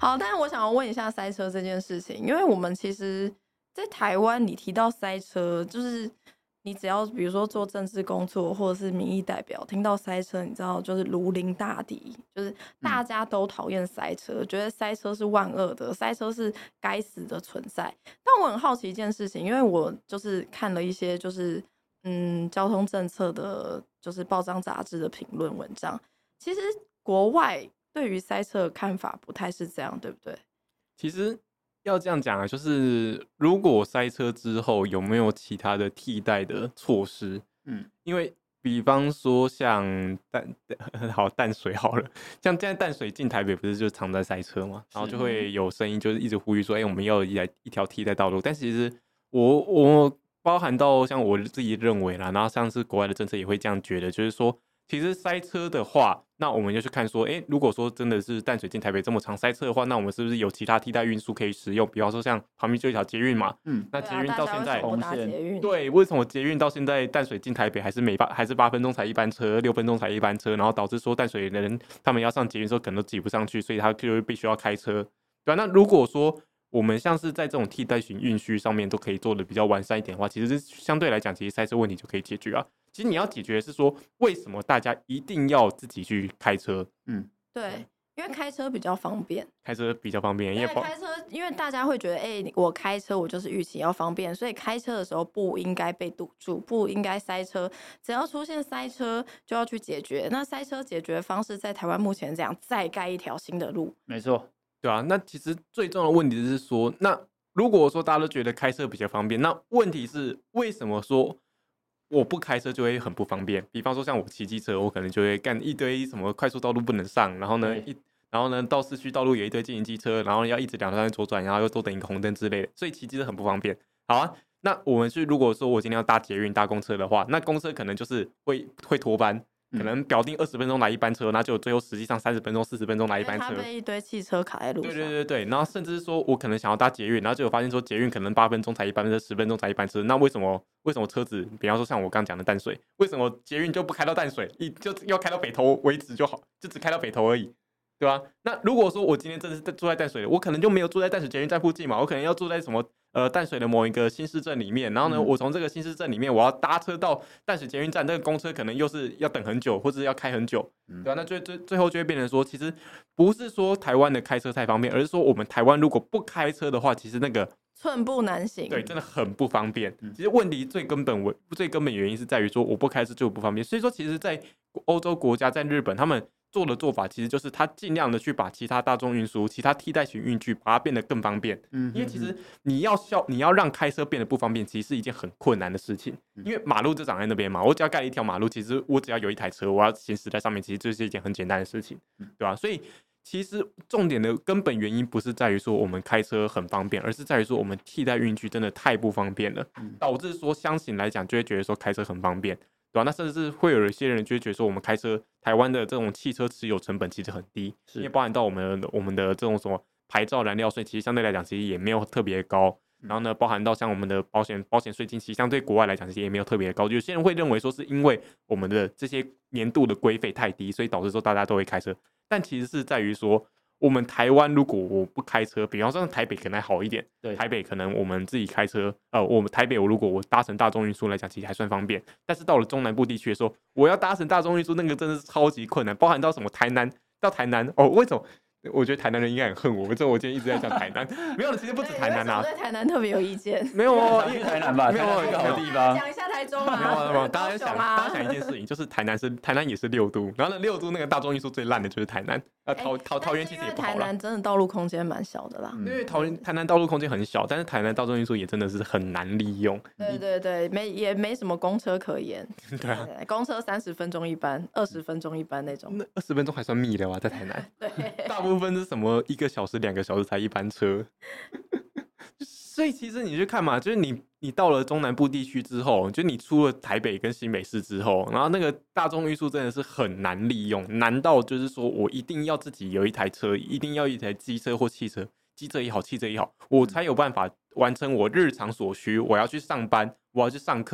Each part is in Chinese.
好，但是我想要问一下塞车这件事情，因为我们其实，在台湾，你提到塞车，就是你只要比如说做政治工作或者是民意代表，听到塞车，你知道就是如临大敌，就是大家都讨厌塞车，觉得塞车是万恶的，塞车是该死的存在。但我很好奇一件事情，因为我就是看了一些就是交通政策的，就是报章杂志的评论文章，其实国外对于塞车的看法不太是这样，对不对？ 其实要这样讲啊，就是如果塞车之后有没有其他的替代的措施？因为比方说像淡水好了，像现在淡水进台北不是就常在塞车嘛，然后就会有声音就是一直呼吁说，我们要一条替代道路。但其实我包含到像我自己认为啦，然后像是国外的政策也会这样觉得，就是说其实塞车的话，那我们就去看说，如果说真的是淡水进台北这么常塞车的话，那我们是不是有其他替代运输可以使用？比方说像旁边就一条捷运嘛，那捷运到现在，对，为什么捷运到现在淡水进台北还是8分钟才一班车，6分钟才一班车，然后导致说淡水的人他们要上捷运的时候可能都挤不上去，所以他就必须要开车，对吧？那如果说我们像是在这种替代型运输上面都可以做的比较完善一点的话，其实相对来讲，其实塞车问题就可以解决啊。其实你要解决的是说，为什么大家一定要自己去开车？ 对，因为开车比较方便。 开车比较方便， 因为大家会觉得，我开车我就是预期要方便，所以开车的时候不应该被堵住，不应该塞车。只要出现塞车，就要去解决。那塞车解决方式在台湾目前这样，再盖一条新的路。 没错。 对啊，那其实最重要的问题是说，那如果说大家都觉得开车比较方便，那问题是为什么说我不开车就会很不方便？比方说像我骑机车，我可能就会干一堆什么快速道路不能上，然后呢到市区道路有一堆进行机车，然后要一直两端左转，然后又多等一个红灯之类的，所以骑机车很不方便。好啊，那我们如果说我今天要搭捷运搭公车的话，那公车可能就是会脱班。可能表定20分钟来一班车，那就最后实际上30分钟、40分钟来一班车， 它被一堆汽车卡在路上。 对，然后甚至说我可能想要搭捷运，然后就有发现说捷运可能8分钟才一班车，10分钟才一班车，那为什么车子，比方说像我刚讲的淡水，为什么捷运就不开到淡水，就要开到北投为止就好，就只开到北投而已？对吧？那如果说我今天真的是住在淡水的，我可能就没有住在淡水捷运站附近嘛，我可能要住在什么淡水的某一个新市镇里面，然后呢，我从这个新市镇里面我要搭车到淡水捷运站，那个公车可能又是要等很久，或者要开很久，对吧？那最后就会变成说，其实不是说台湾的开车太方便，而是说我们台湾如果不开车的话，其实那个寸步难行， 对，真的很不方便。其实问题最根本原因是在于说我不开车就不方便，所以说其实在欧洲国家，在日本他们做的做法其实就是他尽量的去把其他大众运输、其他替代型运具把它变得更方便。因为其实你要让开车变得不方便，其实是一件很困难的事情。因为马路就长在那边嘛，我只要盖一条马路，其实我只要有一台车，我要行驶在上面，其实这是一件很简单的事情，对吧？所以其实重点的根本原因不是在于说我们开车很方便，而是在于说我们替代运具真的太不方便了，导致说相形来讲就会觉得说开车很方便。对吧？那甚至是会有一些人就会觉得说，我们开车，台湾的这种汽车持有成本其实很低，因为包含到我们的这种什么牌照、燃料税，其实相对来讲其实也没有特别高。然后呢，包含到像我们的保险税金，其实相对国外来讲其实也没有特别高。有些人会认为说，是因为我们的这些年度的规费太低，所以导致说大家都会开车。但其实是在于说，我们台湾如果我不开车，比方说台北可能还好一点，对，台北可能我们自己开车，我们台北如果我搭乘大众运输来讲，其实还算方便。但是到了中南部地区的时候，我要搭乘大众运输，那个真的是超级困难，包含到什么台南为什么？我觉得台南人应该很恨我，我今天一直在讲台南，没有，其实不止台南啊。 我对台南特别有意见。 没有哦， 因为台南吧， 没有一个好地方。 讲一下台中啊。 没有，大家想一件事情，就是台南也是6都，然后呢6都那个大众运输最烂的就是台南，桃园其实也不好啦。 台南真的道路空间蛮小的啦。 因为台南道路空间很小，但是台南大众运输也真的是很难利用。 对，也没什么公车可言。 对啊， 公车30分钟一班，20分钟一班那种。 那20分钟还算密的吧，在台南。 对， 大部分是什么1个小时、2个小时才一班车。所以其实你去看嘛，就是你到了中南部地区之后，就你出了台北跟新北市之后，然后那个大众运输真的是很难利用，难到就是说我一定要自己有一台车，一定要一台机车或汽车，机车也好，汽车也好，我才有办法完成我日常所需。我要去上班，我要去上课，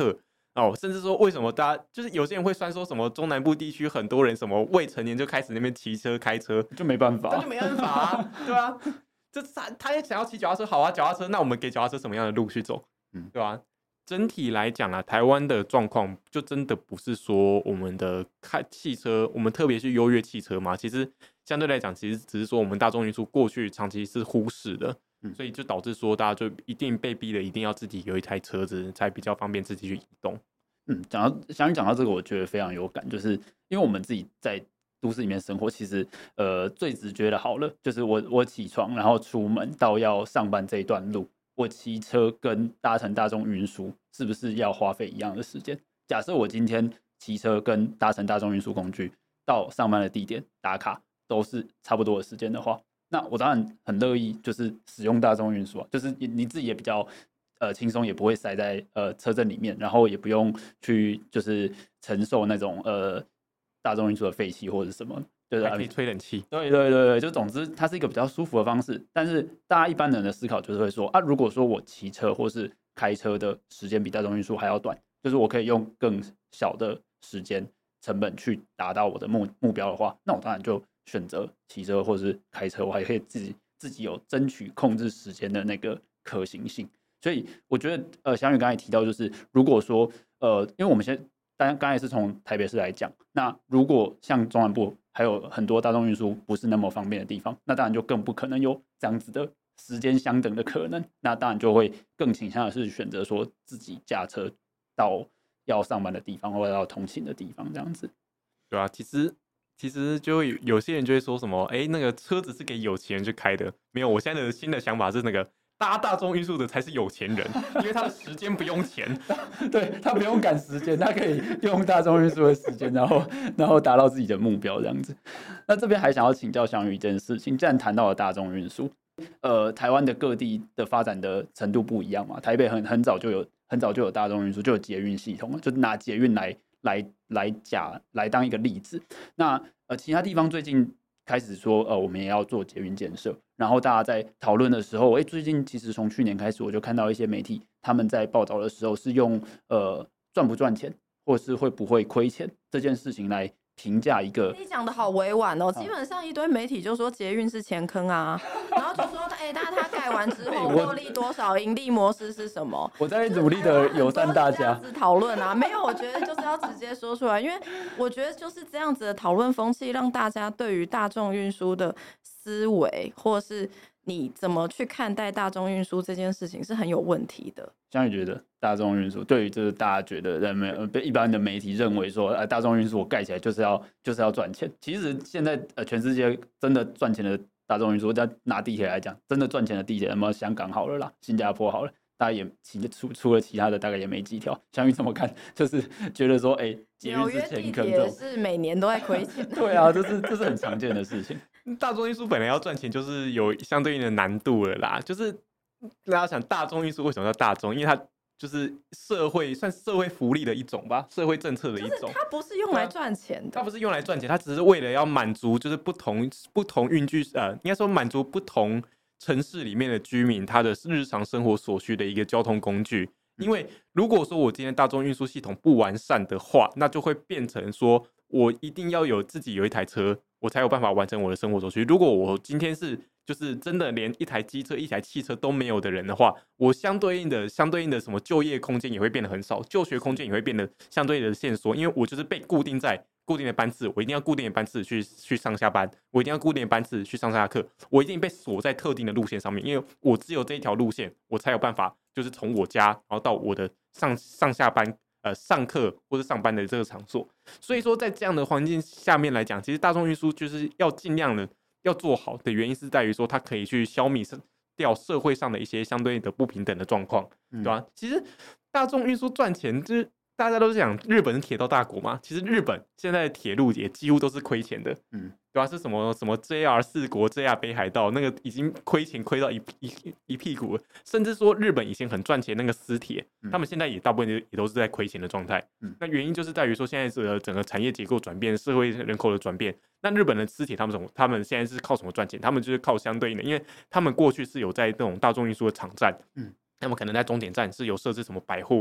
甚至说为什么大家就是有些人会酸说什么中南部地区很多人什么未成年就开始那边骑车开车， 就没办法， 那就没办法啊，对啊，这他也想要骑脚踏车，好啊，脚踏车，那我们给脚踏车什么样的路去走，对吧？整体来讲啊，台湾的状况就真的不是说我们的汽车，我们特别是优越汽车嘛，其实相对来讲，其实只是说我们大众运输过去长期是忽视的，所以就导致说大家就一定被逼的一定要自己有一台车子，才比较方便自己去移动。 讲到这个，我觉得非常有感，就是因为我们自己在都市里面生活，其实最直觉的好了，就是我起床然后出门到要上班这一段路，我骑车跟搭乘大众运输是不是要花费一样的时间？假设我今天骑车跟搭乘大众运输工具到上班的地点打卡都是差不多的时间的话，那我当然很乐意就是使用大众运输啊，就是你自己也比较轻松，也不会塞在车阵里面，然后也不用去就是承受那种大众运输的废气或者什么。对， 还可以吹冷气。 对，就总之它是一个比较舒服的方式。但是大家一般人的思考就是会说啊，如果说我骑车或是开车的时间比大众运输还要短，就是我可以用更小的时间成本去达到我的目标的话，那我当然就选择骑车或是开车，我还可以自己有争取控制时间的那个可行性。所以我觉得翔宇刚才提到，就是如果说因为我们刚才是从台北市来讲，那如果像中南部还有很多大众运输不是那么方便的地方，那当然就更不可能有这样子的时间相等的可能。那当然就会更倾向的是选择说自己驾车到要上班的地方或者要通勤的地方这样子。 对啊，其实就会有些人就会说什么，那个车子是给有钱人去开的。没有，我现在的新的想法是那个搭大众运输的才是有钱人，因为他的时间不用钱。 对，他不用赶时间，他可以用大众运输的时间，然后达到自己的目标这样子。那这边还想要请教翔宇一件事情，既然谈到了大众运输，台湾的各地的发展的程度不一样嘛，台北很早就有大众运输，就有捷运系统，就拿捷运来当一个例子。那其他地方最近开始说我们也要做捷运建设，然后大家在讨论的时候，最近其实从去年开始，我就看到一些媒体他们在报道的时候是用赚不赚钱，或是会不会亏钱这件事情来评价一个。 你讲的好委婉哦，基本上一堆媒体就说捷运是钱坑啊，然后就说那它盖完之后获利多少，盈利模式是什么？ 我在努力的友善大家讨论啊，没有，我觉得就是要直接说出来，因为我觉得就是这样子的讨论风气，让大家对于大众运输的思维，或是你怎么去看待大众运输这件事情是很有问题的。 像你觉得大众运输对于就是大家觉得一般的媒体认为说大众运输我盖起来就是要赚钱，其实现在全世界真的赚钱的大众运输，再拿地铁来讲，真的赚钱的地铁，那么香港好了啦，新加坡好了，大家也除了其他的大概也没几条。翔宇怎么看？就是觉得说捷运是钱坑， 纽约地铁是每年都在亏钱。 对啊，这是很常见的事情。 大众运输本来要赚钱，就是有相对应的难度了啦。就是大家想，大众运输为什么叫大众？因为它就是算社会福利的一种吧，社会政策的一种。 它不是用来赚钱的， 它不是用来赚钱，它只是为了要满足就是不同运具应该说满足不同城市里面的居民他的日常生活所需的一个交通工具。因为如果说我今天大众运输系统不完善的话，那就会变成说我一定要自己有一台车，我才有办法完成我的生活所需。如果我今天是就是真的连一台机车一台汽车都没有的人的话，我相对应的什么就业空间也会变得很少，就学空间也会变得相对的限缩，因为我就是被固定在固定的班次，我一定要固定的班次去上下班，我一定要固定的班次去上下课，我一定被锁在特定的路线上面，因为我只有这一条路线，我才有办法就是从我家然后到我的上下班上课或是上班的这个场所。所以说在这样的环境下面来讲，其实大众运输就是要尽量的要做好的原因是在于说它可以去消弭掉社会上的一些相对的不平等的状况，对吧？其实大众运输赚钱就是大家都是讲日本是铁道大国嘛，其实日本现在的铁路也几乎都是亏钱的，对吧？是什么 JR 4国 JR 北海道那个已经亏钱亏到一屁股了，甚至说日本以前很赚钱那个私铁，他们现在也大部分也都是在亏钱的状态。那原因就是在于说现在整个产业结构转变，社会人口的转变。那日本的私铁他们现在是靠什么赚钱？他们就是靠相对应的，因为他们过去是有在那种大众运输的场站，他们可能在终点站是有设置什么百货啊，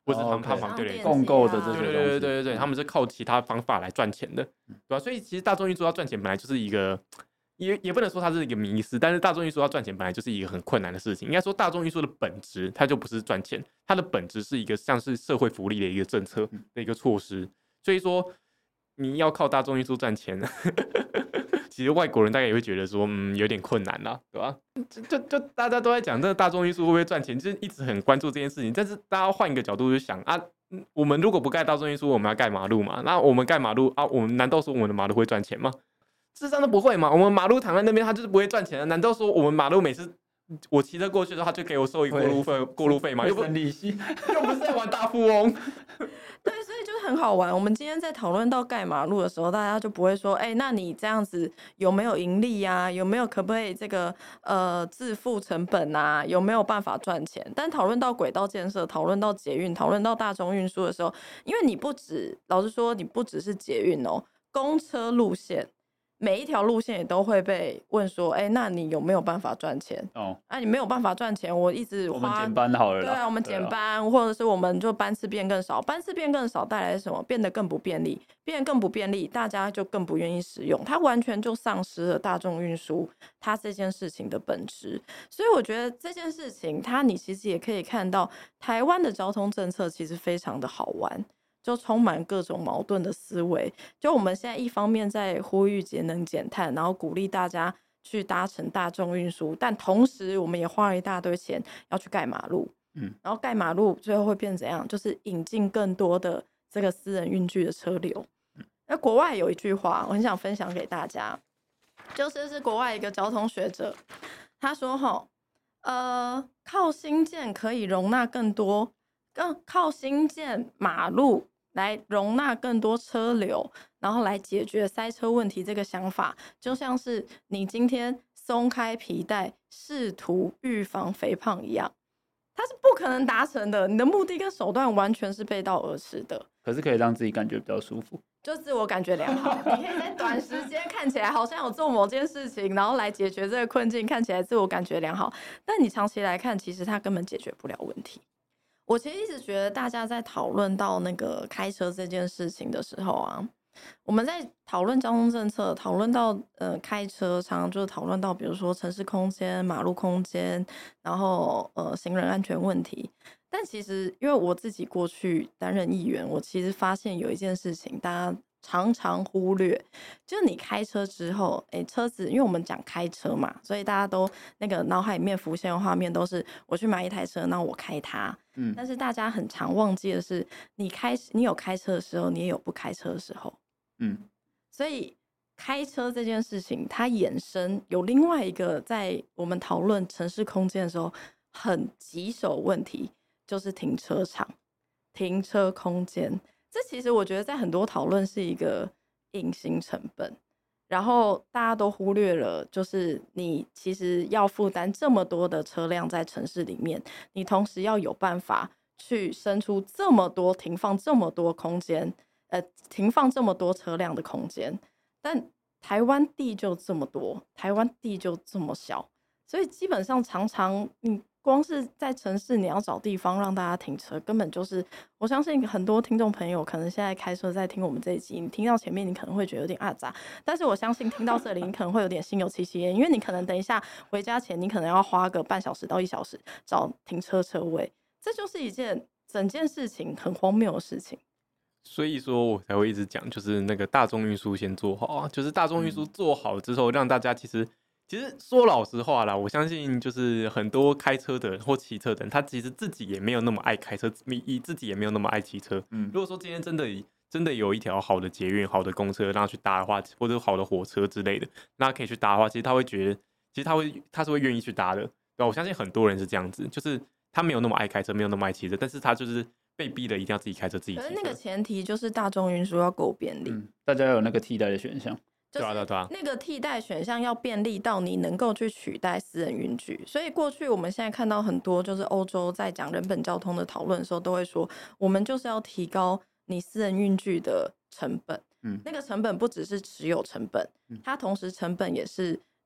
或是哦他 ，OK 们对共购的这些对东西， 对，他们是靠其他方法来赚钱的，对吧？所以其实大众运输要赚钱本来就是一个。也不能说它是一个迷思，但是大众运输要赚钱本来就是一个很困难的事情。应该说，大众运输的本质它就不是赚钱，它的本质是一个像是社会福利的一个政策的一个措施。所以说，你要靠大众运输赚钱，其实外国人大概也会觉得说，有点困难啦，对吧？就大家都在讲这个大众运输会不会赚钱，就是一直很关注这件事情。但是大家换一个角度去想啊，我们如果不盖大众运输，我们要盖马路嘛？那我们盖马路啊，我们难道说我们的马路会赚钱吗？事实上都不会嘛，我们马路躺在那边，它就是不会赚钱的。难道说我们马路每次我骑车过去的时候，他就给我收一过路费嘛？又不是利息， 又不是在玩大富翁。 对，所以就是很好玩。我们今天在讨论到盖马路的时候，大家就不会说，那你这样子有没有盈利啊？有没有可不可以这个自负成本啊？有没有办法赚钱？但讨论到轨道建设，讨论到捷运，讨论到大众运输的时候，因为老实说，你不只是捷运哦，公车路线。每一条路线也都会被问说，那你有没有办法赚钱？你没有办法赚钱，我一直我们减班好了啦。 对啊，我们减班，或者是我们就班次变更少，班次变更少带来什么？变得更不便利，变得更不便利，大家就更不愿意使用，它完全就丧失了大众运输它这件事情的本质。所以我觉得这件事情，你其实也可以看到台湾的交通政策其实非常的好玩。就充满各种矛盾的思维。就我们现在一方面在呼吁节能减碳，然后鼓励大家去搭乘大众运输，但同时我们也花了一大堆钱要去盖马路。然后盖马路最后会变怎样？就是引进更多的这个私人运具的车流。那国外有一句话，我很想分享给大家，是国外一个交通学者，他说靠新建可以容纳靠新建马路来容纳更多车流，然后来解决塞车问题，这个想法就像是你今天松开皮带试图预防肥胖一样，它是不可能达成的。你的目的跟手段完全是背道而驰的。 可是可以让自己感觉比较舒服， 就自我感觉良好。你可以在短时间看起来好像有做某件事情，然后来解决这个困境，看起来自我感觉良好。但你长期来看，其实它根本解决不了问题。我其实一直觉得大家在讨论到那个开车这件事情的时候啊，我们在讨论交通政策，讨论到开车，常常就是讨论到比如说城市空间、马路空间，然后行人安全问题。但其实因为我自己过去担任议员，我其实发现有一件事情大家常常忽略，就是你开车之后，车子，因为我们讲开车嘛，所以大家都那个脑海里面浮现的画面都是我去买一台车，那我开它。但是大家很常忘记的是，你有开车的时候，你也有不开车的时候。所以开车这件事情，它衍生有另外一个，在我们讨论城市空间的时候，很棘手问题，就是停车场、停车空间。这其实我觉得在很多讨论是一个隐形成本，然后大家都忽略了，就是你其实要负担这么多的车辆在城市里面，你同时要有办法去生出这么多停放这么多空间，停放这么多车辆的空间。但台湾地就这么多，台湾地就这么小，所以基本上常常你光是在城市你要找地方让大家停车，根本就是我相信很多听众朋友可能现在开车在听我们这一集，你听到前面你可能会觉得有点阿杂，但是我相信听到这里你可能会有点心有戚戚焉，因为你可能等一下回家前你可能要花个半小时到1小时找停车车位，这就是一件整件事情很荒谬的事情。 所以说我才会一直讲，就是那个大众运输先做好啊，就是大众运输做好之后，让大家其实说老实话啦，我相信就是很多开车的人或骑车的人，他其实自己也没有那么爱开车，自己也没有那么爱骑车。如果说今天真的有一条好的捷运、好的公车让他去搭的话，或者好的火车之类的，那他可以去搭的话，其实他会觉得，其实他是会愿意去搭的。对吧？我相信很多人是这样子，就是他没有那么爱开车，没有那么爱骑车，但是他就是被逼的一定要自己开车自己骑车。 可是那个前提就是大众运输要够便利， 大家有那个替代的选项。 就是那个替代选项要便利到你能够去取代私人运具。所以过去我们现在看到很多就是欧洲在讲人本交通的讨论的时候，都会说我们就是要提高你私人运具的成本。那个成本不只是持有成本，它同时成本也是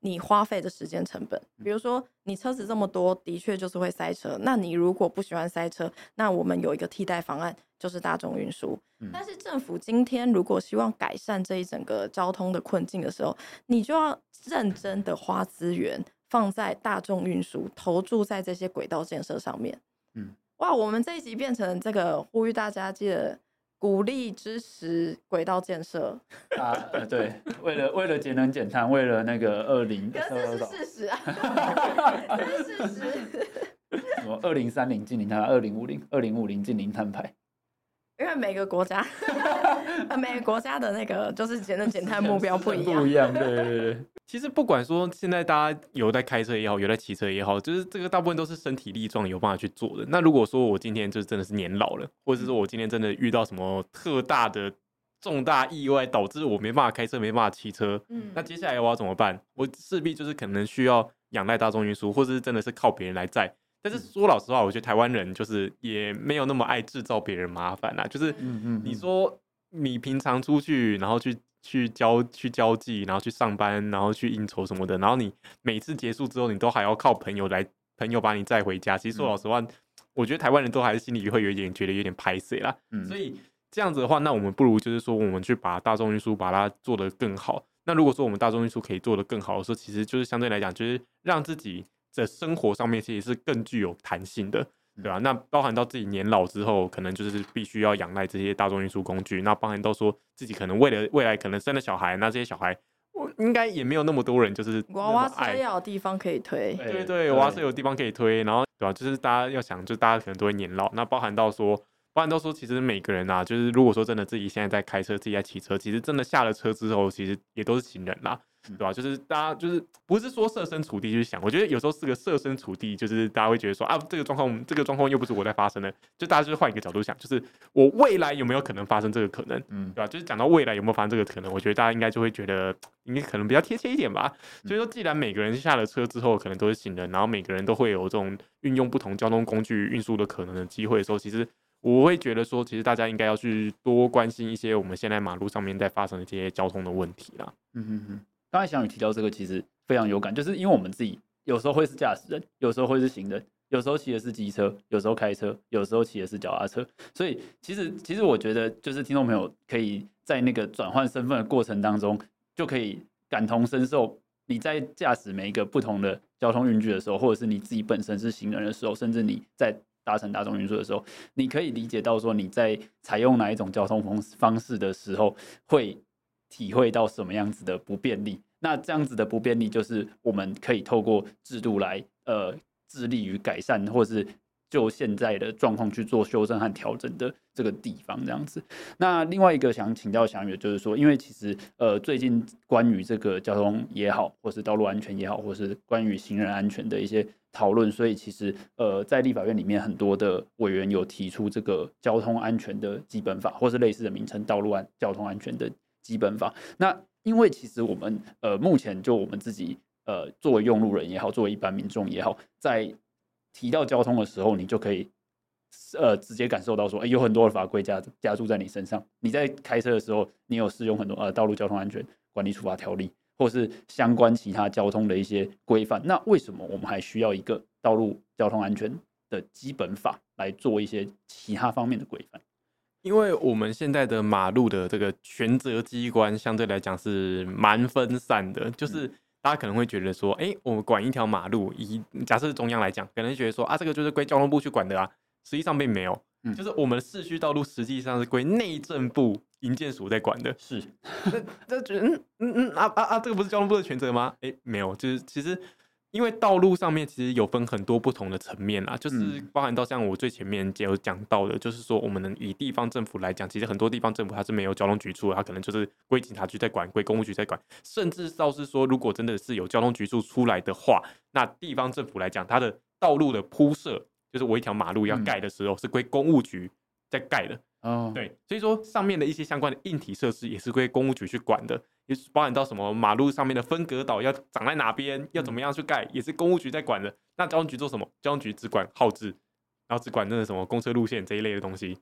你花费的时间成本。比如说你车子这么多，的确就是会塞车。那你如果不喜欢塞车，那我们有一个替代方案，就是大众运输。但是政府今天如果希望改善这一整个交通的困境的时候，你就要认真的花资源放在大众运输，投注在这些轨道建设上面。哇，我们这一集变成这个呼吁大家记得鼓励支持轨道建设对，为了节能减碳，为了那个可是这是事实啊，这是事实。 什么2030净零碳排，2050净零碳排。 因为每个国家的那个就是节能减碳目标不一样， 不一样，对。 其实不管说现在大家有在开车也好，有在骑车也好，就是这个大部分都是身体力壮有办法去做的。那如果说我今天就真的是年老了，或者是说我今天真的遇到什么特大的重大意外，导致我没办法开车，没办法骑车，那接下来我要怎么办？我势必就是可能需要仰赖大众运输，或者是真的是靠别人来载。但是说老实话，我觉得台湾人就是也没有那么爱制造别人麻烦啦。就是你说你平常出去，然后去交际，然后去上班，然后去应酬什么的，然后你每次结束之后，你都还要靠朋友把你载回家。其实说老实话，我觉得台湾人都还是心里会觉得有点拍谁啦。所以这样子的话，那我们不如就是说，我们去把大众运输把它做得更好。那如果说我们大众运输可以做得更好的时候，其实就是相对来讲，就是让自己的生活上面其实是更具有弹性的，对吧？那包含到自己年老之后，可能就是必须要仰赖这些大众运输工具。那包含到说自己可能为了未来可能生了小孩，那这些小孩应该也没有那么多人就是娃娃车要有地方可以推， 对，娃娃车有地方可以推，然后对吧？就是大家要想，就大家可能都会年老，那包含到说，其实每个人啊，就是如果说真的自己现在在开车，自己在骑车，其实真的下了车之后，其实也都是行人啦。对吧？就是大家就是不是说设身处地去想，我觉得有时候是个设身处地，就是大家会觉得说啊，这个状况又不是我在发生的，就大家就是换一个角度想，就是我未来有没有可能发生这个可能，对吧？就是讲到未来有没有发生这个可能，我觉得大家应该就会觉得应该可能比较贴切一点吧。所以说，既然每个人下了车之后可能都是行人，然后每个人都会有这种运用不同交通工具运输的可能的机会的时候，其实我会觉得说，其实大家应该要去多关心一些我们现在马路上面在发生的这些交通的问题啦。 刚才翔宇提到这个，其实非常有感，就是因为我们自己有时候会是驾驶人，有时候会是行人，有时候骑的是机车，有时候开车，有时候骑的是脚踏车。所以其实我觉得，就是听众朋友可以在那个转换身份的过程当中，就可以感同身受。你在驾驶每一个不同的交通运具的时候，或者是你自己本身是行人的时候，甚至你在搭乘大众运输的时候，你可以理解到说你在采用哪一种交通方式的时候会体会到什么样子的不便利。那这样子的不便利，就是我们可以透过制度来致力于改善，或是就现在的状况去做修正和调整的这个地方，这样子。那另外一个想请教翔宇，就是说，因为其实最近关于这个交通也好，或是道路安全也好，或是关于行人安全的一些讨论，所以其实在立法院里面很多的委员有提出这个交通安全的基本法，或是类似的名称——道路交通安全的基本法。那因为其实我们目前就我们自己作为用路人也好，作为一般民众也好，在提到交通的时候，你就可以直接感受到说，有很多的法规加注在你身上。你在开车的时候，你有适用很多道路交通安全管理处罚条例，或是相关其他交通的一些规范。那为什么我们还需要一个道路交通安全的基本法来做一些其他方面的规范？ 因为我们现在的马路的这个权责机关相对来讲是蛮分散的，就是大家可能会觉得说，我们管一条马路，假设是中央来讲，可能觉得说啊，这个就是归交通部去管的啊，实际上并没有，就是我们的市区道路实际上是归内政部营建署在管的。 是， 这觉得这个不是交通部的权责吗？没有，就是其实。因为道路上面其实有分很多不同的层面啦，就是包含到像我最前面有讲到的，就是说我们以地方政府来讲，其实很多地方政府它是没有交通局处的，它可能就是归警察局在管，归公务局在管，甚至倒是说，如果真的是有交通局处出来的话，那地方政府来讲，它的道路的铺设，就是我一条马路要盖的时候，是归公务局在盖的。对，所以说上面的一些相关的硬体设施也是归公务局去管的，也包含到什么马路上面的分隔岛要长在哪边，要怎么样去盖，也是公务局在管的。那交通局做什么？交通局只管号志，然后只管那个什么公车路线这一类的东西。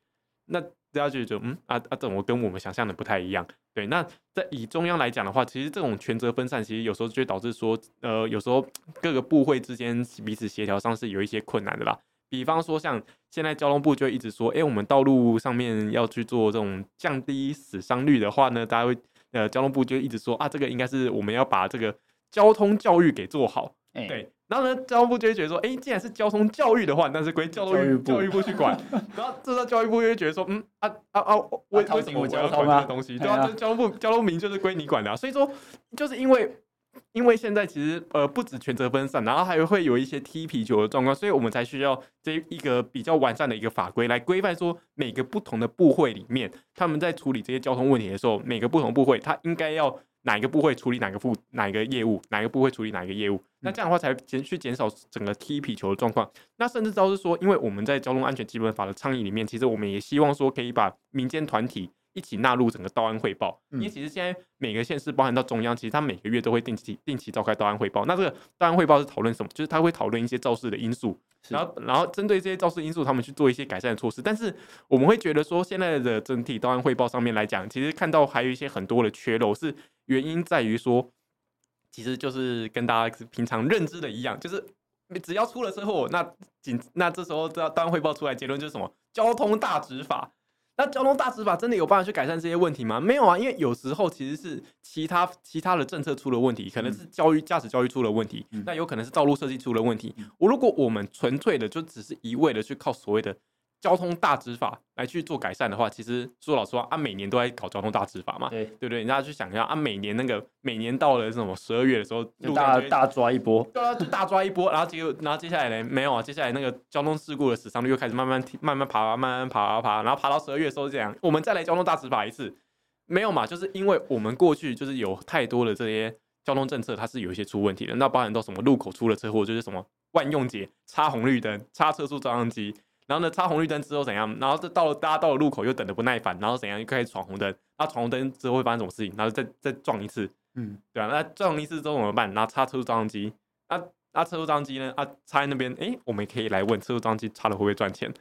那大家就觉得怎么跟我们想象的不太一样？对，那在以中央来讲的话，其实这种权责分散，其实有时候就会导致说，有时候各个部会之间彼此协调上是有一些困难的啦。比方说，像现在交通部就会一直说，我们道路上面要去做这种降低死伤率的话呢，大家会交通部就一直说这个应该是我们要把这个交通教育给做好，对。然后呢，交通部就会觉得说，既然是交通教育的话，那是归教育部去管。然后这时候教育部就会觉得说，为什么我要管这个东西？对啊，交通明就是归你管的啊。所以说，就是因为现在其实不止权责分散，然后还会有一些踢皮球的状况，所以我们才需要这一个比较完善的一个法规来规范说每个不同的部会里面，他们在处理这些交通问题的时候，每个不同部会它应该要哪一个部会处理哪一个业务，哪一个部会处理哪一个业务，那这样的话才去减少整个踢皮球的状况。那甚至倒是说，因为我们在交通安全基本法的倡议里面，其实我们也希望说可以把民间团体一起纳入整个道安汇报，因为其实现在每个县市包含到中央，其实它每个月都会定期召开道安汇报。那这个道安汇报是讨论什么？就是它会讨论一些肇事的因素，然后针对这些肇事因素，他们去做一些改善的措施。但是我们会觉得说，现在的整体道安汇报上面来讲，其实看到还有一些很多的缺漏，是原因在于说，其实就是跟大家平常认知的一样，就是只要出了车祸，那这时候道安汇报出来结论就是什么？交通大执法。那交通大执法真的有办法去改善这些问题吗？没有啊，因为有时候其实是其他的政策出了问题，可能是驾驶教育出了问题，那有可能是道路设计出了问题。如果我们纯粹的就只是一味的去靠所谓的交通大执法来去做改善的话，其实说老实话每年都在搞交通大执法嘛，对不对？大家去想一下每年到了什么12月的时候， 就大抓一波， 对啊，就大抓一波，然后接下来呢没有啊，接下来那个交通事故的死伤率又开始慢慢爬，然后爬到12月的时候这样，我们再来交通大执法一次，没有嘛？就是因为我们过去就是有太多的这些交通政策，它是有一些出问题的，那包含到什么路口出了车祸，就是什么万用节插红绿灯、插车速照相机。然后呢，插红绿灯之后怎样？然后大家到了路口又等得不耐烦，然后怎样又开始闯红灯？然后闯红灯之后会发生什么事情？然后再撞一次，对啊，那撞一次之后怎么办？然后插车速照相机，车速照相机呢？插在那边，我们可以来问车速照相机插了会不会赚钱？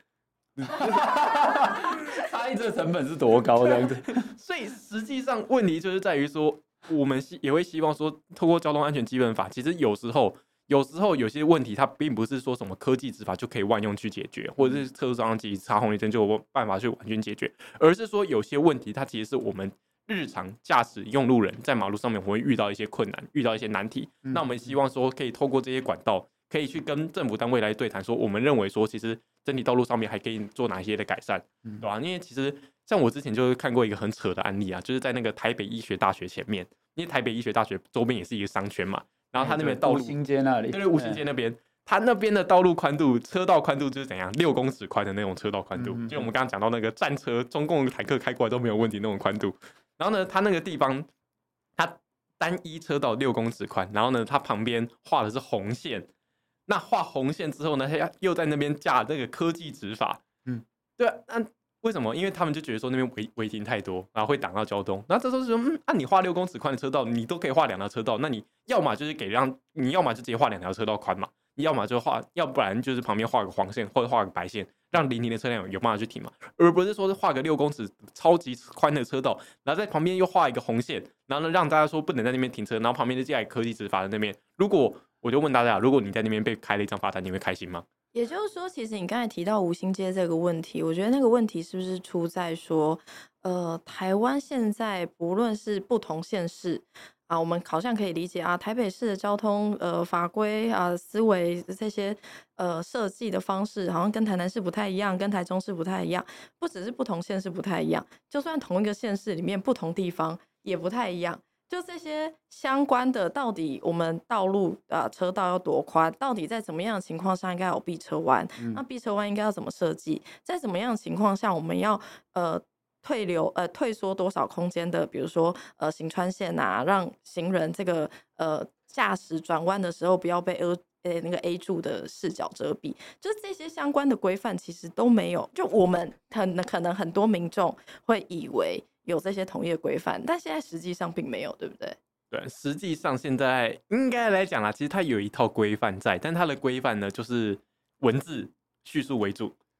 插一次的成本是多高这样子？ 所以实际上问题就是在于说，我们也会希望说，透过交通安全基本法，其实有时候有些问题，它并不是说什么科技执法就可以万用去解决，或者是车速照相机插红绿灯就有办法去完全解决，而是说有些问题，它其实是我们日常驾驶用路人在马路上面会遇到一些困难，遇到一些难题。那我们希望说，可以透过这些管道，可以去跟政府单位来对谈，说我们认为说，其实整体道路上面还可以做哪些的改善，对吧？因为其实像我之前就看过一个很扯的案例啊，就是在那个台北医学大学前面，因为台北医学大学周边也是一个商圈嘛。然后他那边道路， 吴兴街那里， 对，吴兴街那边，他那边的道路宽度，车道宽度就是怎样6公尺宽的那种车道宽度，就我们刚刚讲到那个战车、中共坦克开过来都没有问题那种宽度。然后呢，他那个地方，他单一车道6公尺宽，然后呢，他旁边画的是红线。那画红线之后呢，他又在那边架那个科技执法，对啊，那为什么？因为他们就觉得说那边违停太多，然后会挡到交通。然后这时候就说，你画6公尺宽的车道，你都可以画2条车道，那你要么就是你要么就直接画2条车道宽嘛，你要么就要不然就是旁边画个黄线或者画个白线，让临停的车辆有办法去停嘛，而不是说是画个6公尺超级宽的车道，然后在旁边又画一个红线，然后呢让大家说不能在那边停车，然后旁边就架科技执法的那边。如果我就问大家，如果你在那边被开了一张罚单，你会开心吗？ 也就是说，其实你刚才提到吴兴街这个问题，我觉得那个问题是不是出在说，台湾现在不论是不同县市啊，我们好像可以理解啊，台北市的交通法规啊、思维这些设计的方式，好像跟台南市不太一样，跟台中市不太一样，不只是不同县市不太一样，就算同一个县市里面不同地方也不太一样。就这些相关的，到底我们道路车道要多宽？到底在怎么样的情况下应该有避车弯？那避车弯应该要怎么设计？在怎么样的情况下，我们要退缩多少空间的？比如说行穿线啊，让行人这个驾驶转弯的时候不要被那个 A 柱的视角遮蔽，就是这些相关的规范其实都没有。就我们可能很多民众会以为有这些统一的规范，但现在实际上并没有，对不对？ 对，实际上现在应该来讲啦，其实它有一套规范在，但它的规范呢就是文字叙述为主。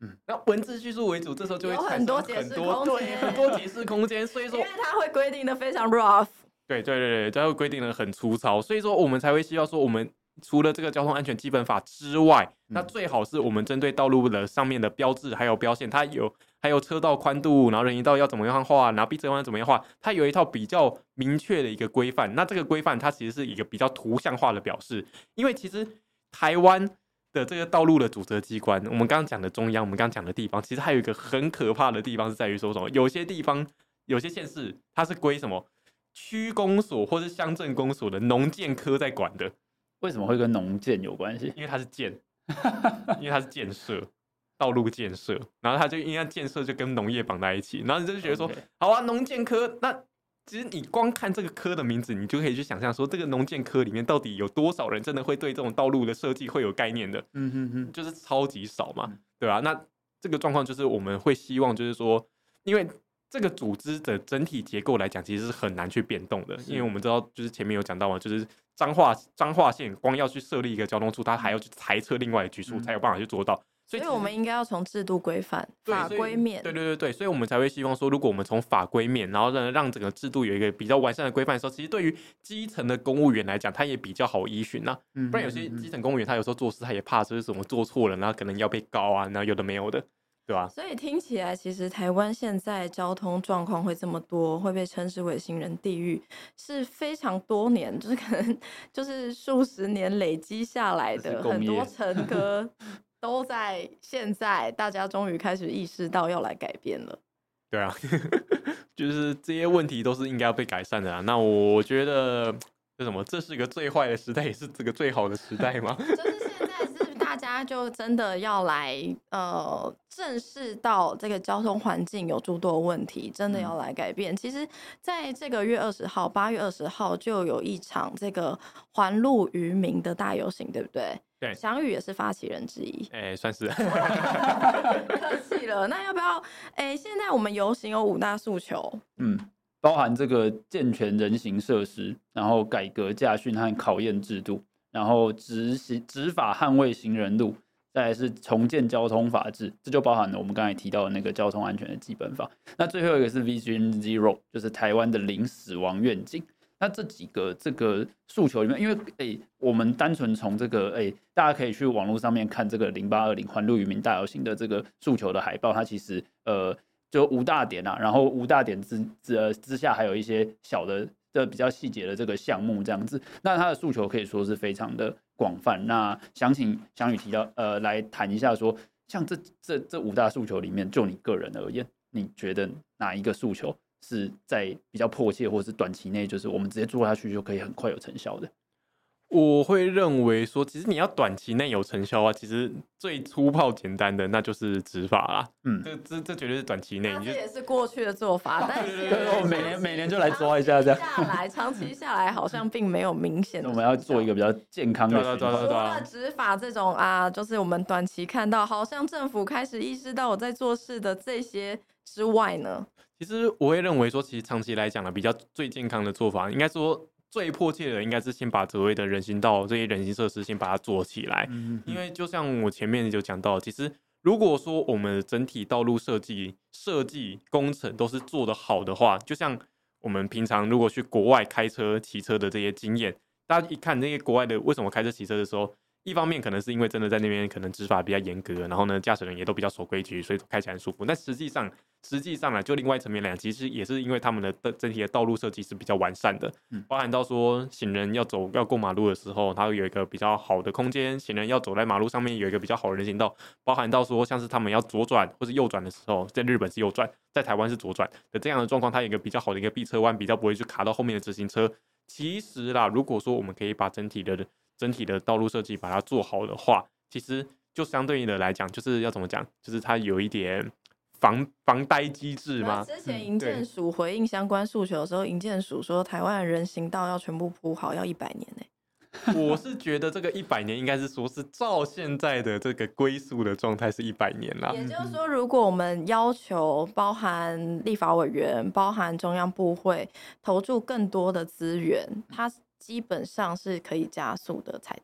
那文字叙述为主，这时候就会有产生很多解释空间对很多解释空间，所以说因为它会规定的非常 rough。 对，它会规定的很粗糙，所以说我们才会希望说，我们除了这个交通安全基本法之外，那最好是我们针对道路的上面的标志还有标线，还有车道宽度，然后人行道要怎么样画，然后避车弯怎么样画，它有一套比较明确的一个规范。那这个规范它其实是一个比较图像化的表示，因为其实台湾的这个道路的主责机关，我们刚刚讲的中央，我们刚刚讲的地方，其实还有一个很可怕的地方是在于说什么？有些地方有些县市它是归什么区公所或是乡镇公所的农建科在管的， 为什么会跟农建有关系？ 因为它是建，因为它是建设。道路建设，然后它就因为建设就跟农业绑在一起，然后你就觉得说， OK 好啊，农建科，那其实你光看这个科的名字，你就可以去想象说，这个农建科里面到底有多少人真的会对这种道路的设计会有概念的，就是超级少嘛，对吧？那这个状况就是我们会希望就是说，因为这个组织的整体结构来讲，其实是很难去变动的，因为我们知道，就是前面有讲到嘛，就是彰化县光要去设立一个交通处，它还要去裁撤另外的局处，才有办法去做到。 所以我们应该要从制度规范、法规面， 对，所以我们才会希望说，如果我们从法规面，然后让整个制度有一个比较完善的规范的时候，其实对于基层的公务员来讲，他也比较好依循啊。不然有些基层公务员他有时候做事他也怕就是什么做错了，然后可能要被告啊，然后有的没有的，对吧？ 所以听起来，其实台湾现在交通状况会这么多，会被称之为行人地狱，是非常多年，就是可能就是数十年累积下来的很多成歌。都在现在，大家终于开始意识到要来改变了。 对啊，就是这些问题都是应该要被改善的啊。那我觉得这什么，这是一个最坏的时代，也是这个最好的时代吗？ 就是现在是大家就真的要来正视到这个交通环境有诸多问题，真的要来改变。其实，在这个月20号，8月20号就有一场这个环路渔民的大游行，对不对？ 对， 翔宇也是发起人之一， 算是。 客气了。那要不要？现在我们游行有5大诉求， 包含这个健全人行设施，然后改革驾训和考验制度，然后执法捍卫行人路，再来是重建交通法治，这就包含了我们刚才提到的那个交通安全的基本法。那最后一个是 Vision Zero， 就是台湾的零死亡愿景。那这几个这个诉求里面，因为我们单纯从这个大家可以去网络上面看这个0820环路渔民大游行的这个诉求的海报，它其实就5大点啊，然后5大点之下还有一些小的比较细节的这个项目这样子。那它的诉求可以说是非常的广泛。那想请翔宇提到来谈一下说，像这5大诉求里面，就你个人而言，你觉得哪一个诉求是在比较迫切，或是短期内，就是我们直接做下去就可以很快有成效的？ 我会认为说，其实你要短期内有成效啊，其实最粗暴简单的那就是执法啦。这绝对是短期内。 这也是过去的做法，但是我每年就来抓一下这样。 长期下来好像并没有明显的。 我们要做一个比较健康的循环。 除了执法这种啊，就是我们短期看到，好像政府开始意识到我在做事的这些之外呢， 其实我会认为说，其实长期来讲呢，比较最健康的做法，应该说最迫切的应该是先把所谓的人行道这些人行设施先把它做起来。因为就像我前面就讲到，其实如果说我们整体道路设计工程都是做得好的话，就像我们平常如果去国外开车骑车的这些经验，大家一看那些国外的为什么开车骑车的时候，一方面可能是因为真的在那边可能执法比较严格，然后呢驾驶人也都比较守规矩，所以开起来很舒服。但实际上啊，就另外一层面来讲，其实也是因为他们的整体的道路设计是比较完善的，包含到说行人要过马路的时候，它有一个比较好的空间；行人要走在马路上面有一个比较好的人行道，包含到说像是他们要左转或是右转的时候，在日本是右转，在台湾是左转的这样的状况，它有一个比较好的一个避车弯，比较不会去卡到后面的直行车。其实啦，如果说我们可以把整体的道路设计把它做好的话，其实就相对应的来讲，就是要怎么讲，就是它有一点防呆机制吗？ 之前营建署回应相关诉求的时候，营建署说台湾的人行道要全部铺好要100年我是觉得这个100年应该是说是照现在的这个龟速的状态是100年啦。 也就是说，如果我们要求包含立法委员、包含中央部会投注更多的资源，它基本上是可以加速的才对。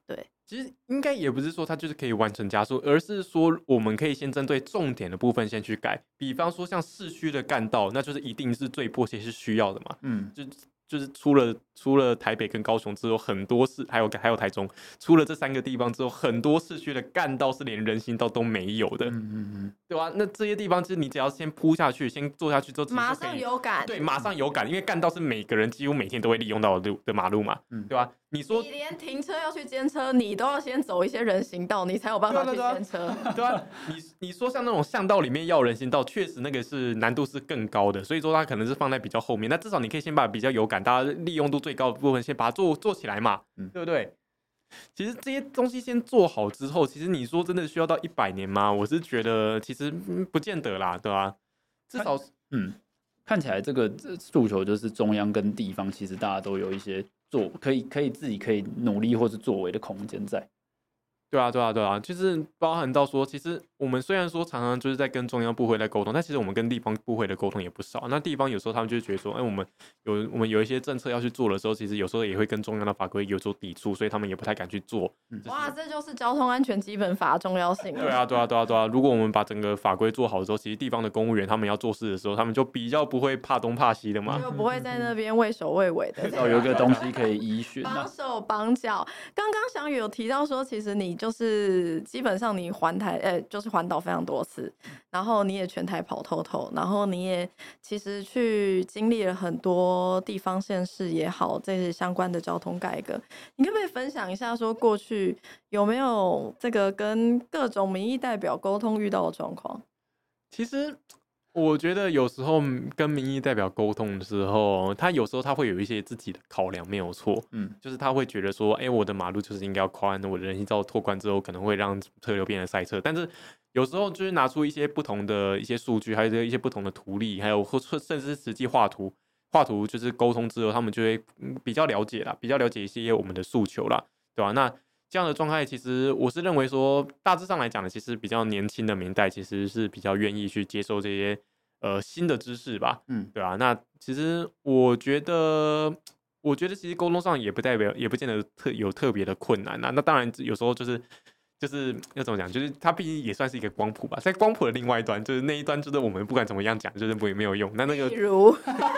其实应该也不是说它就是可以完成加速，而是说我们可以先针对重点的部分先去改。比方说像市区的干道，那就是一定是最迫切是需要的嘛。就是除了台北跟高雄之后，很多还有台中，除了这3个地方之后，很多市区的干道是连人行道都没有的，对吧？那这些地方其实你只要先铺下去，先做下去之后， 马上有感， 对，马上有感，因为干道是每个人几乎每天都会利用到的马路嘛，对吧？你连停车要去监车，你都要先走一些人行道，你才有办法去监车。 对啊，你说像那种巷道里面要人行道，确实那个是难度是更高的，所以说它可能是放在比较后面。那至少你可以先把比较有感、大家利用度最高的部分先把它做起来嘛，对不对？其实这些东西先做好之后，其实你说真的需要到100年吗？我是觉得其实不见得啦，对吧？至少看起来这个诉求就是中央跟地方，其实大家都有一些可以自己可以努力或是作为的空间在。 对啊，就是包含到说，其实我们虽然说常常就是在跟中央部会在沟通，但其实我们跟地方部会的沟通也不少。那地方有时候他们就觉得说，我们有一些政策要去做的时候，其实有时候也会跟中央的法规有所抵触，所以他们也不太敢去做。 哇，这就是交通安全基本法的重要性。 对啊。如果我们把整个法规做好之后，其实地方的公务员他们要做事的时候，他们就比较不会怕东怕西的嘛， 就不会在那边畏首畏尾的。 有一个东西可以依循， 绑手绑脚。刚刚翔宇有提到说，其实你就是基本上你就是环岛非常多次，然后你也全台跑透透，然后你也其实去经历了很多地方县市也好，这些相关的交通改革，你可不可以分享一下说过去有没有这个跟各种民意代表沟通遇到的状况？ 其实我觉得有时候跟民意代表沟通的时候，他有时候他会有一些自己的考量，没有错。就是他会觉得说，我的马路就是应该要宽，我的人行道拓宽之后可能会让车流变得塞车。但是有时候就是拿出一些不同的一些数据，还有一些不同的图例，还有甚至是实际画图就是沟通之后，他们就会比较了解一些我们的诉求啦，对吧？那这样的状态，其实我是认为说，大致上来讲呢，其实比较年轻的明代其实是比较愿意去接受这些新的知识吧，对吧？那其实我觉得其实沟通上也不见得有特别的困难啊。那当然有时候就是要怎么讲，就是它毕竟也算是一个光谱吧，在光谱的另外一端，就是那一端就是我们不管怎么样讲，就是没有用。那个， 比如，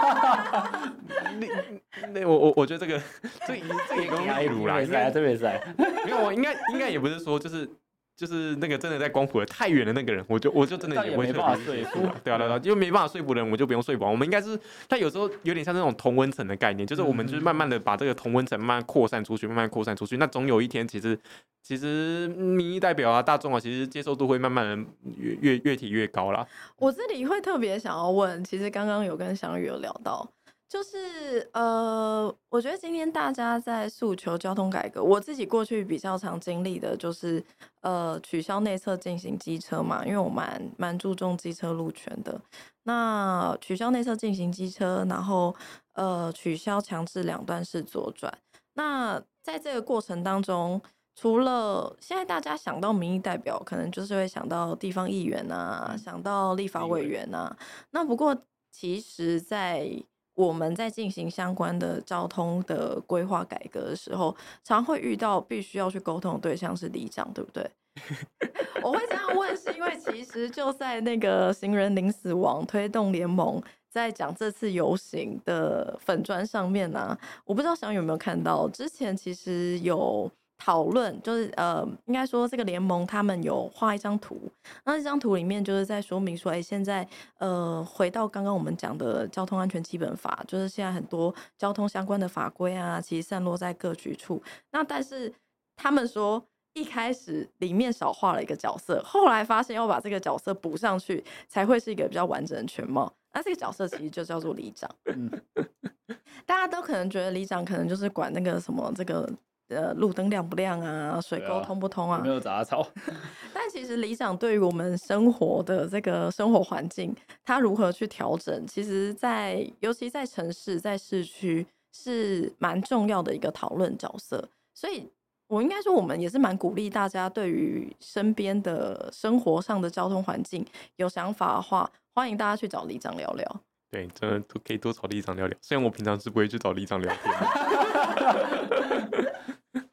我觉得这个也跟例如啦， 特别在， 没有，应该也不是说就是那个真的在光谱的太远的那个人，我就真的也不会没办法说服， 对啊，因为没办法说服的人，我就不用说服。我们应该是，他有时候有点像那种同温层的概念，就是我们就是慢慢的把这个同温层慢慢扩散出去，那总有一天，其实民意代表啊、大众啊，其实接受度会慢慢的越提越高啦。 我这里会特别想要问，其实刚刚有跟翔宇有聊到。就是我觉得今天大家在诉求交通改革，我自己过去比较常经历的就是取消内侧进行机车嘛，因为我蛮注重机车路权的。那取消内侧进行机车，然后取消强制2段式左转。那在这个过程当中，除了现在大家想到民意代表，可能就是会想到地方议员啊，想到立法委员啊。那不过其实我们在进行相关的交通的规划改革的时候，常会遇到必须要去沟通的对象是里长，对不对？我会这样问，是因为其实就在那个行人零死亡推动联盟在讲这次游行的粉专上面啊，我不知道翔宇有没有看到，之前其实有讨论，就是应该说这个联盟他们有画一张图，那这张图里面就是在说明说，现在回到刚刚我们讲的交通安全基本法，就是现在很多交通相关的法规啊，其实散落在各局处。那但是他们说一开始里面少画了一个角色，后来发现要把这个角色补上去，才会是一个比较完整的全貌。那这个角色其实就叫做里长。大家都可能觉得里长可能就是管那个什么这个。路灯亮不亮啊，水沟通不通啊， 有没有杂草？ 但其实里长对于我们生活的这个生活环境，他如何去调整，其实尤其在城市、在市区是蛮重要的一个讨论角色。所以我应该说，我们也是蛮鼓励大家对于身边的生活上的交通环境有想法的话，欢迎大家去找里长聊聊。 对，真的可以多找里长聊聊。虽然我平常是不会去找里长聊天。没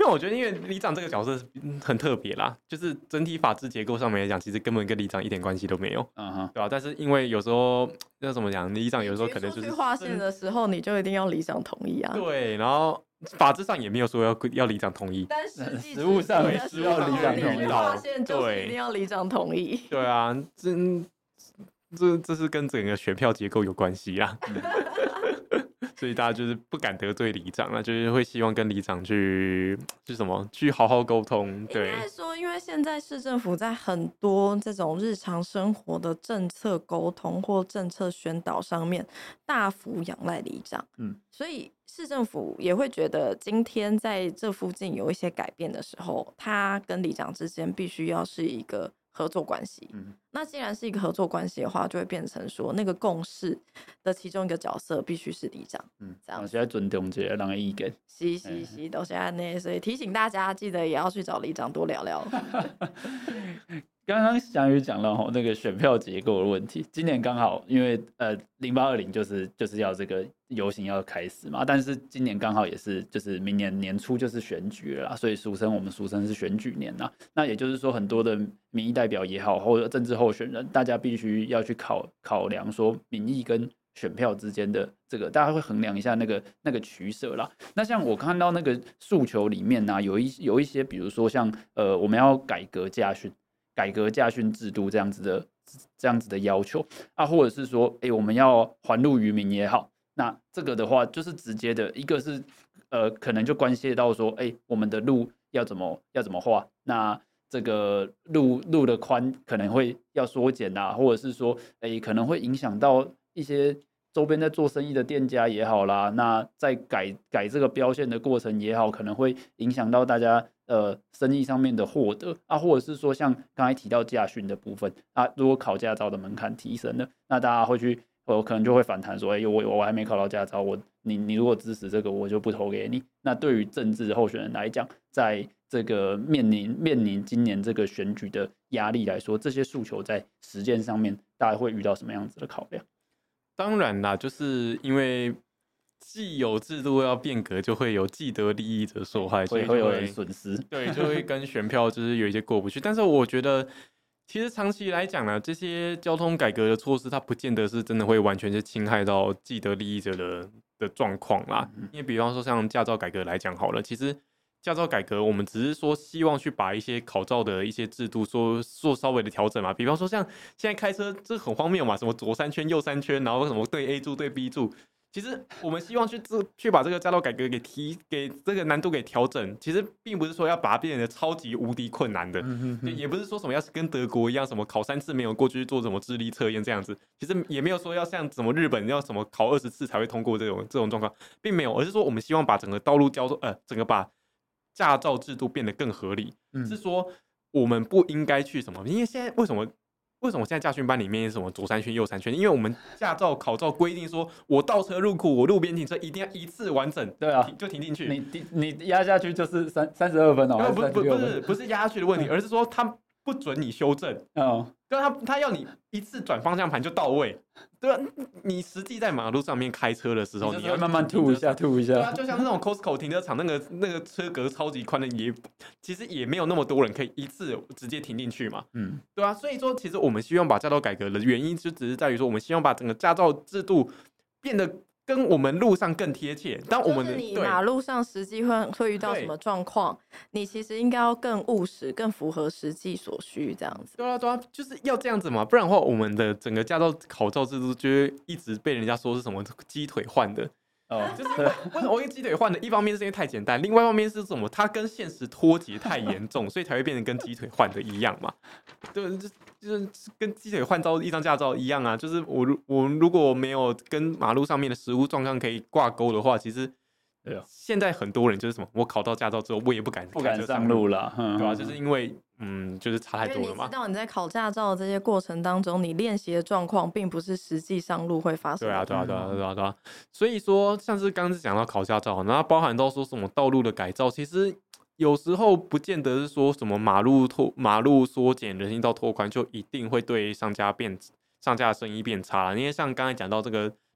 我觉得因为里长这个角色很特别啦，就是整体法制结构上面来讲，其实根本跟里长一点关系都没有，对吧？但是因为有时候要怎么讲，里长有时候可能就是划线的时候，你就一定要里长同意啊。 对，然后法制上也没有说要里长同意， 但实务上需要里长同意， 划线就是一定要里长同意。 对啊，这是跟整个选票结构有关系啦。所以大家就是不敢得罪里长啊，就是会希望跟里长去好好沟通。对， 应该说，因为现在市政府在很多这种日常生活的政策沟通或政策宣导上面大幅仰赖里长，所以市政府也会觉得今天在这附近有一些改变的时候，他跟里长之间必须要是一个合作关系。那既然是一个合作关系的话，就会变成说那个共识的其中一个角色必须是里长。这样现在尊重这个人的意见。 是，都是这样，所以提醒大家记得也要去找里长多聊聊。 刚刚翔宇讲到那个选票结构的问题，今年刚好因为0820就是要这个游行要开始嘛，但是今年刚好也是就是明年年初就是选举了啦，所以我们俗称是选举年啦。那也就是说，很多的民意代表也好，或者政治候选人，大家必须要去考量说民意跟选票之间的这个，大家会衡量一下那个取舍啦。那像我看到那个诉求里面呢，有一些，比如说像我们要改革驾训制度这样子的要求啊，或者是说，我们要还路于民也好，那这个的话就是直接的一个是可能就关系到说，我们的路要怎么画，那这个路的宽可能会要缩减啊，或者是说，可能会影响到一些周边在做生意的店家也好啦，那在改这个标线的过程也好，可能会影响到大家生意上面的获得啊，或者是说像刚才提到驾训的部分啊，如果考驾照的门槛提升了，那大家会去可能就会反弹说，我还没考到驾照，你如果支持这个，我就不投给你。那对于政治候选人来讲，在这个面临今年这个选举的压力来说，这些诉求在实践上面，大家会遇到什么样子的考量？ 当然啦，就是因为既有制度要变革，就会有既得利益者受害，所以会有人损失， 对，就会跟选票就是有一些过不去。但是我觉得，其实长期来讲呢，这些交通改革的措施，它不见得是真的会完全是侵害到既得利益者的状况啦。因为比方说像驾照改革来讲好了，其实驾照改革，我们只是说希望去把一些考照的一些制度做稍微的调整嘛。比方说像现在开车这很荒谬嘛，什么左3圈右3圈，然后什么对 A 柱对 B 柱。其实我们希望去把这个驾照改革给这个难度给调整，其实并不是说要把它变得超级无敌困难的，也不是说什么要是跟德国一样，什么考3次没有过去做什么智力测验这样子，其实也没有说要像什么日本要什么考20次才会通过这种状况，并没有，而是说我们希望把整个道路交通整个把驾照制度变得更合理，是说我们不应该去什么，因为现在为什么现在驾训班里面是什么左3圈右3圈？因为我们驾照考照规定说，我倒车入库，我路边停车一定要一次完整， 对啊， 就停进去。 你压下去就是32分哦， 不是压下去的问题，而是说他不准你修正。对啊，他要你一次转方向盘就到位。对啊，你实际在马路上面开车的时候，你要慢慢吐一下。对啊，就像那种 Costco 停车场那个车格超级宽的，其实也没有那么多人可以一次直接停进去嘛。对啊，所以说其实我们希望把驾照改革的原因，就只是在于说，我们希望把整个驾照制度变得跟我们路上更贴切。当我们就是你马路上实际会遇到什么状况，你其实应该要更务实、更符合实际所需这样子。 对啊，就是要这样子嘛，不然的话，我们的整个驾照考照制度就会一直被人家说是什么鸡腿换的。就是为什么会鸡腿换的？一方面是因为太简单，另外一方面是什么？它跟现实脱节太严重，所以才会变成跟鸡腿换的一样嘛。对，就是跟鸡腿换一张驾照一样啊。就是我如果没有跟马路上面的实务状况可以挂钩的话，其实现在很多人就是什么，我考到驾照之后，我也不敢上路了， 对吧？就是因为就是差太多了嘛。 因为你知道你在考驾照的这些过程当中，你练习的状况并不是实际上路会发生的。 对啊。所以说，像是刚刚讲到考驾照，然后包含到说什么道路的改造，其实有时候不见得是说什么马路缩减、人行道拓宽就一定会对商家的生意变差了。因为像刚才讲到这个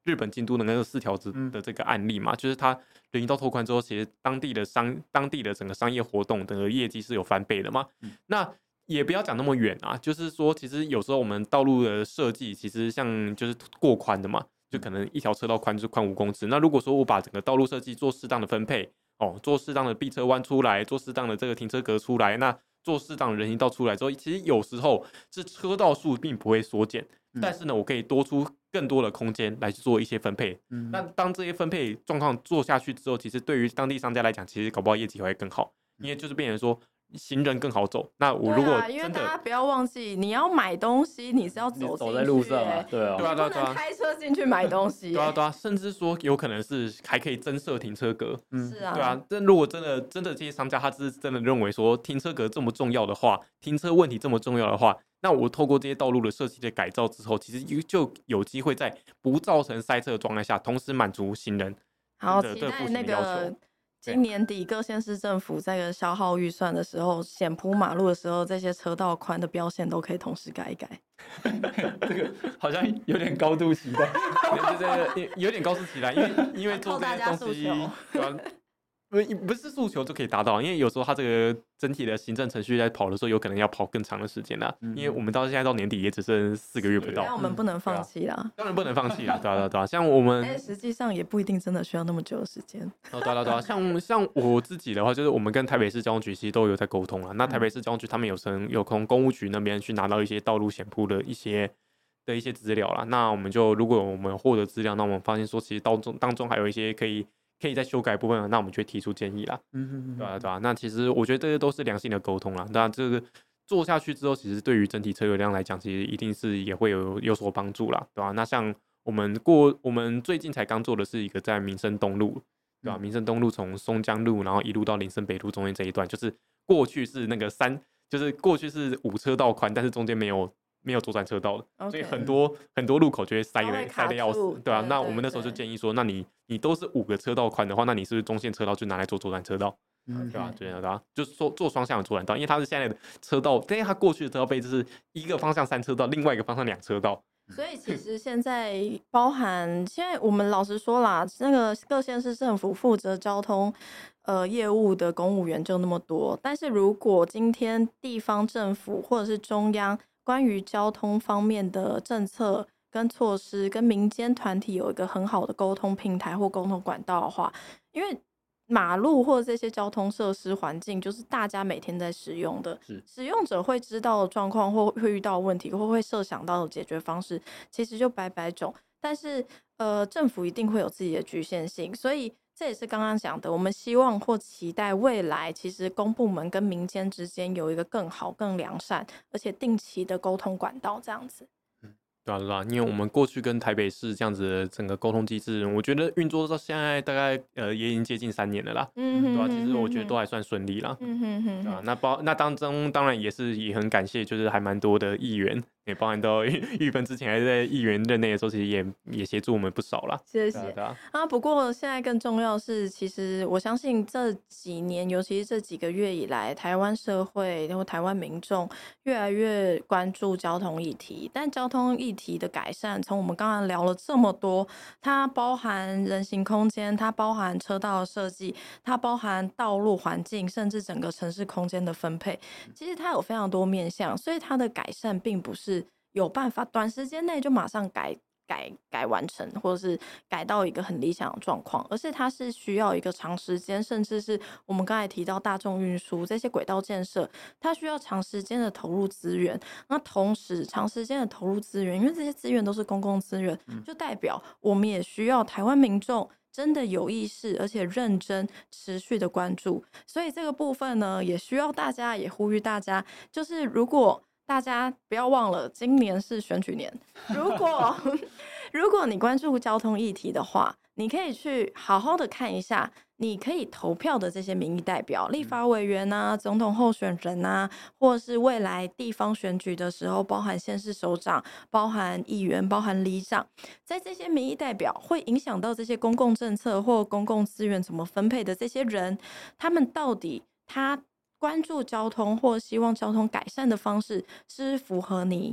日本京都的那个4条的这个案例嘛，就是它人行道拓宽之后，其实当地的整个商业活动的业绩是有翻倍的嘛。那也不要讲那么远啊，就是说，其实有时候我们道路的设计，其实像就是过宽的嘛，就可能一条车道宽就是宽5公尺。那如果说我把整个道路设计做适当的分配，做适当的避车弯出来，做适当的这个停车格出来，那做适当的人行道出来之后，其实有时候是车道数并不会缩减，但是呢，我可以多出更多的空间来去做一些分配。那当这些分配状况做下去之后，其实对于当地商家来讲，其实搞不好业绩会更好，因为就是变成说行人更好走。那我如果真的， 因为大家不要忘记，你要买东西，你是要走在路上啊，对啊， 你不能开车进去买东西。 对啊，甚至说有可能是还可以增设停车格。 是啊， 对啊。但如果真的这些商家他是真的认为说停车格这么重要的话，停车问题这么重要的话，那我透过这些道路的设计的改造之后，其实就有机会在不造成塞车的状态下，同时满足行人的步行的要求。 今年底各县市政府在消耗预算的时候，显铺马路的时候，这些车道宽的标线都可以同时改一改。 这个好像有点高度期待， 有点高度期待，因为做这些东西，不是诉求就可以达到，因为有时候它这个整体的行政程序在跑的时候，有可能要跑更长的时间啦。因为我们到现在到年底也只剩4个月不到， 但我们不能放弃啦。 当然不能放弃啦，对啊，像我们， 实际上也不一定真的需要那么久的时间。 对啊，像我自己的话，就是我们跟台北市交通局其实都有在沟通啦。那台北市交通局他们有从公务局那边去拿到一些道路显铺的一些资料啦。那我们就如果我们获得资料，那我们发现说其实当中还有一些可以再修改部分，那我们就会提出建议啦。对啊。那其实我觉得这些都是良性的沟通啦。那这个做下去之后，其实对于整体车流量来讲，其实一定是也会有所帮助啦，对吧？那像我们最近才刚做的是一个在民生东路，对吧？民生东路从松江路，然后一路到林森北路中间这一段，就是过去是那个就是过去是5车道宽，但是中间没有左转车道的，所以很多路口就会塞的要死，对啊。那我们那时候就建议说，那你都是5个车道宽的话，那你是不是中线车道就拿来做左转车道？对吧？对啊，就是说做双向的左转道，因为它是现在的车道，但是它过去的车道被就是一个方向3车道，另外一个方向2车道。 所以其实现在现在我们老实说啦，那个各县市政府负责交通业务的公务员就那么多，但是如果今天地方政府或者是中央关于交通方面的政策跟措施跟民间团体有一个很好的沟通平台或沟通管道的话，因为马路或者这些交通设施环境就是大家每天在使用的，使用者会知道的状况或会遇到问题或会设想到的解决方式其实就百百种，但是政府一定会有自己的局限性，所以这也是刚刚讲的，我们希望或期待未来其实公部门跟民间之间有一个更好更良善而且定期的沟通管道这样子。 对啊，因为我们过去跟台北市这样子的整个沟通机制，我觉得运作到现在大概也已经接近3年了啦。对啊，其实我觉得都还算顺利啦。对啊，那当中当然也很感谢，就是还蛮多的议员，也包含到玉芬之前还在议员任内的时候，其实也协助我们不少啦。 谢谢不过现在更重要的是，其实我相信这几年，尤其是这几个月以来，台湾社会然后台湾民众越来越关注交通议题，但交通议题的改善，从我们刚刚聊了这么多，它包含人行空间，它包含车道的设计，它包含道路环境，甚至整个城市空间的分配，其实它有非常多面向，所以它的改善并不是有办法短时间内就马上改完成，或者是改到一个很理想的状况，而是它是需要一个长时间，甚至是我们刚才提到大众运输这些轨道建设，它需要长时间的投入资源。那同时长时间的投入资源，因为这些资源都是公共资源，就代表我们也需要台湾民众真的有意识而且认真持续的关注，所以这个部分呢，也需要大家，也呼吁大家，就是如果大家不要忘了，今年是选举年。如果你关注交通议题的话，你可以去好好的看一下，你可以投票的这些民意代表、立法委员啊、总统候选人啊，或是未来地方选举的时候，包含县市首长、包含议员、包含里长，在这些民意代表会影响到这些公共政策或公共资源怎么分配的这些人，他们到底他关注交通或希望交通改善的方式是符合你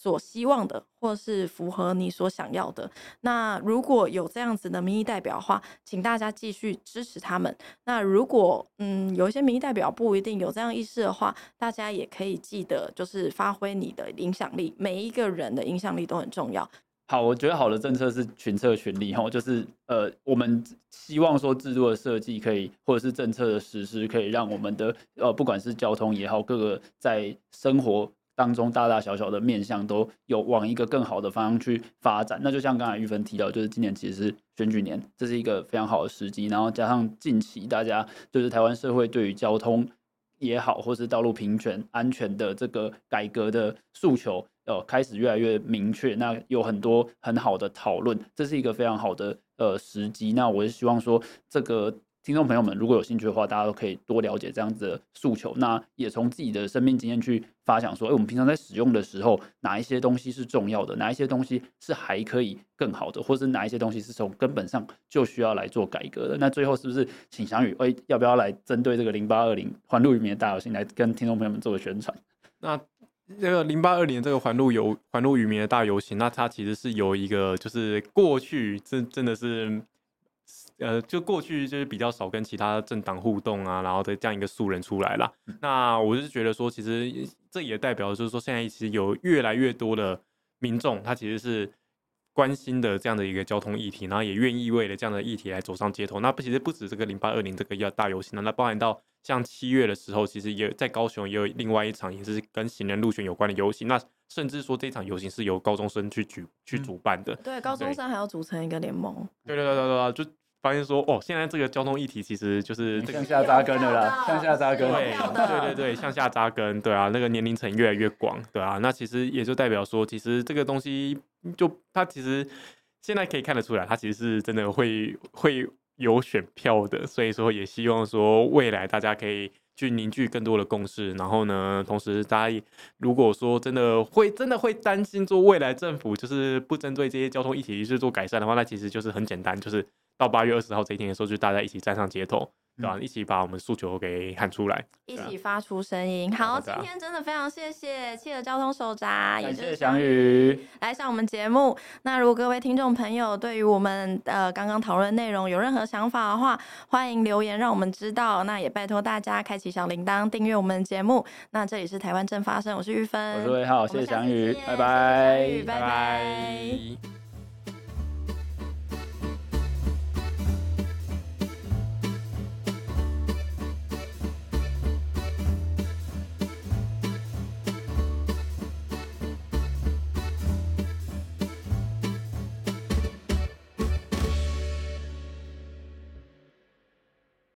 所希望的，或是符合你所想要的。那如果有这样子的民意代表的话，请大家继续支持他们。那如果有一些民意代表不一定有这样意识的话，大家也可以记得就是发挥你的影响力，每一个人的影响力都很重要。 好，我觉得好的政策是群策群力吼，就是我们希望说制度的设计可以，或者是政策的实施，可以让我们的不管是交通也好，各个在生活当中大大小小的面向都有往一个更好的方向去发展。那就像刚才玉芬提到，就是今年其实是选举年，这是一个非常好的时机。然后加上近期大家就是台湾社会对于交通也好，或是道路平权、安全的这个改革的诉求，开始越来越明确。那有很多很好的讨论，这是一个非常好的时机。那我是希望说，这个听众朋友们如果有兴趣的话，大家都可以多了解这样子的诉求。那也从自己的生命经验去发想说，我们平常在使用的时候，哪一些东西是重要的，哪一些东西是还可以更好的，或是哪一些东西是从根本上就需要来做改革的。那最后是不是请翔宇，要不要来针对这个0820环路渔民的大游行来跟听众朋友们做个宣传？ 那这个0820这个环路渔民的大游行，那它其实是有一个就是过去真的是。就过去就是比较少跟其他政党互动啊，然后的这样一个素人出来啦。那我是觉得说，其实这也代表就是说，现在其实有越来越多的民众，他其实是关心的这样的一个交通议题，然后也愿意为了这样的议题来走上街头。那其实不止这个0820这个大游行，那包含到像7月的时候，其实也在高雄也有另外一场也是跟行人路权有关的游行。那甚至说这场游行是由高中生去主办的。 对，高中生还要组成一个联盟。 对，就发现说，现在这个交通议题其实就是向下扎根了啦，向下扎根。 对，向下扎根，对啊，那个年龄层越来越广，对啊，那其实也就代表说，其实这个东西它其实现在可以看得出来，它其实是真的会有选票的，所以说也希望说未来大家可以去凝聚更多的共识，然后呢，同时大家如果说真的会担心说未来政府就是不针对这些交通议题去做改善的话，那其实就是很简单，就是到8月20号这一天的时候，就大家一起站上街头，对吧？一起把我们诉求给喊出来， 一起发出声音。好，今天真的非常谢谢企鹅交通手札， 也就是翔宇来上我们节目。那如果各位听众朋友对于我们刚刚讨论内容有任何想法的话，欢迎留言让我们知道。那也拜托大家开启小铃铛，订阅我们的节目。那这里是台湾正发生，我是玉芬， 我是魏浩，谢谢翔宇，拜拜拜。 拜。